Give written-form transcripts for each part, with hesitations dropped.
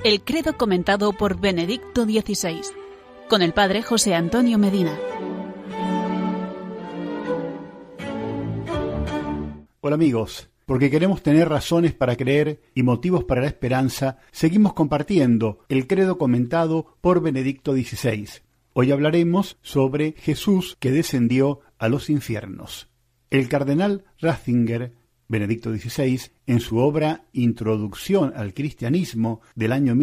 El credo comentado por Benedicto XVI, con el padre José Antonio Medina. Hola amigos, porque queremos tener razones para creer y motivos para la esperanza, seguimos compartiendo el credo comentado por Benedicto XVI. Hoy hablaremos sobre Jesús que descendió a los infiernos. El cardenal Ratzinger, Benedicto XVI, en su obra Introducción al Cristianismo del año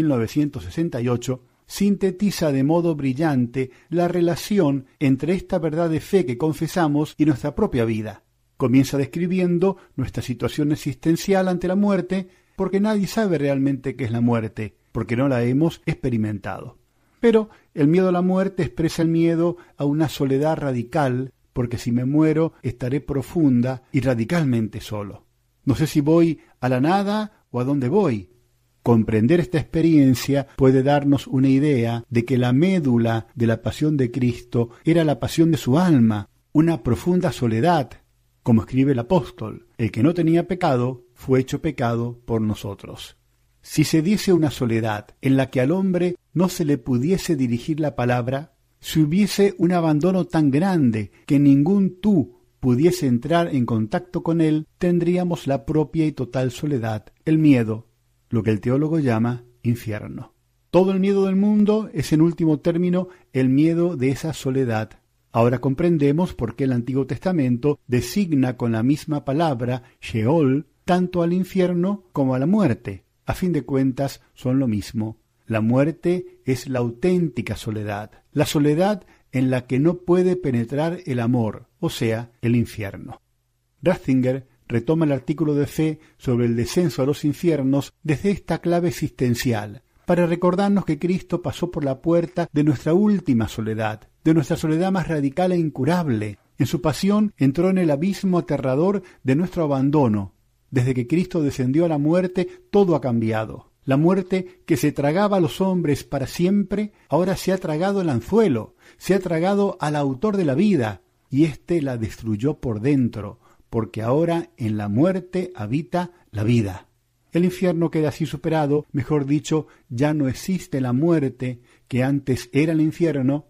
1968, sintetiza de modo brillante la relación entre esta verdad de fe que confesamos y nuestra propia vida. Comienza describiendo nuestra situación existencial ante la muerte, porque nadie sabe realmente qué es la muerte, porque no la hemos experimentado. Pero el miedo a la muerte expresa el miedo a una soledad radical, porque si me muero estaré profunda y radicalmente solo. No sé si voy a la nada o a dónde voy. Comprender esta experiencia puede darnos una idea de que la médula de la pasión de Cristo era la pasión de su alma, una profunda soledad. Como escribe el apóstol, el que no tenía pecado fue hecho pecado por nosotros. Si se diese una soledad en la que al hombre no se le pudiese dirigir la palabra, si hubiese un abandono tan grande que ningún tú pudiese entrar en contacto con él, tendríamos la propia y total soledad, el miedo, lo que el teólogo llama infierno. Todo el miedo del mundo es en último término el miedo de esa soledad. Ahora comprendemos por qué el Antiguo Testamento designa con la misma palabra, Sheol, tanto al infierno como a la muerte. A fin de cuentas son lo mismo. La muerte es la auténtica soledad, la soledad en la que no puede penetrar el amor, o sea, el infierno. Ratzinger retoma el artículo de fe sobre el descenso a los infiernos desde esta clave existencial, para recordarnos que Cristo pasó por la puerta de nuestra última soledad, de nuestra soledad más radical e incurable. En su pasión entró en el abismo aterrador de nuestro abandono. Desde que Cristo descendió a la muerte, todo ha cambiado. La muerte que se tragaba a los hombres para siempre, ahora se ha tragado el anzuelo, se ha tragado al autor de la vida, y éste la destruyó por dentro, porque ahora en la muerte habita la vida. El infierno queda así superado, mejor dicho, ya no existe la muerte que antes era el infierno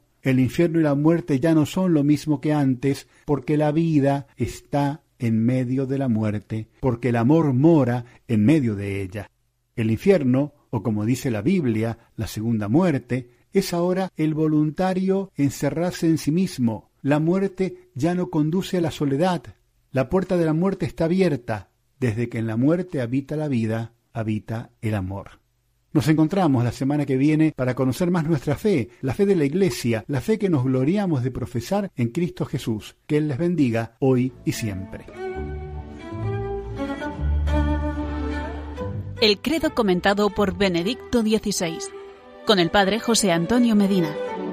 y la muerte ya no son lo mismo que antes, porque la vida está en medio de la muerte, porque el amor mora en medio de ella. El infierno, o como dice la Biblia, la segunda muerte, es ahora el voluntario encerrarse en sí mismo. La muerte ya no conduce a la soledad. La puerta de la muerte está abierta. Desde que en la muerte habita la vida, habita el amor. Nos encontramos la semana que viene para conocer más nuestra fe, la fe de la Iglesia, la fe que nos gloriamos de profesar en Cristo Jesús. Que Él les bendiga hoy y siempre. El credo comentado por Benedicto XVI, con el padre José Antonio Medina.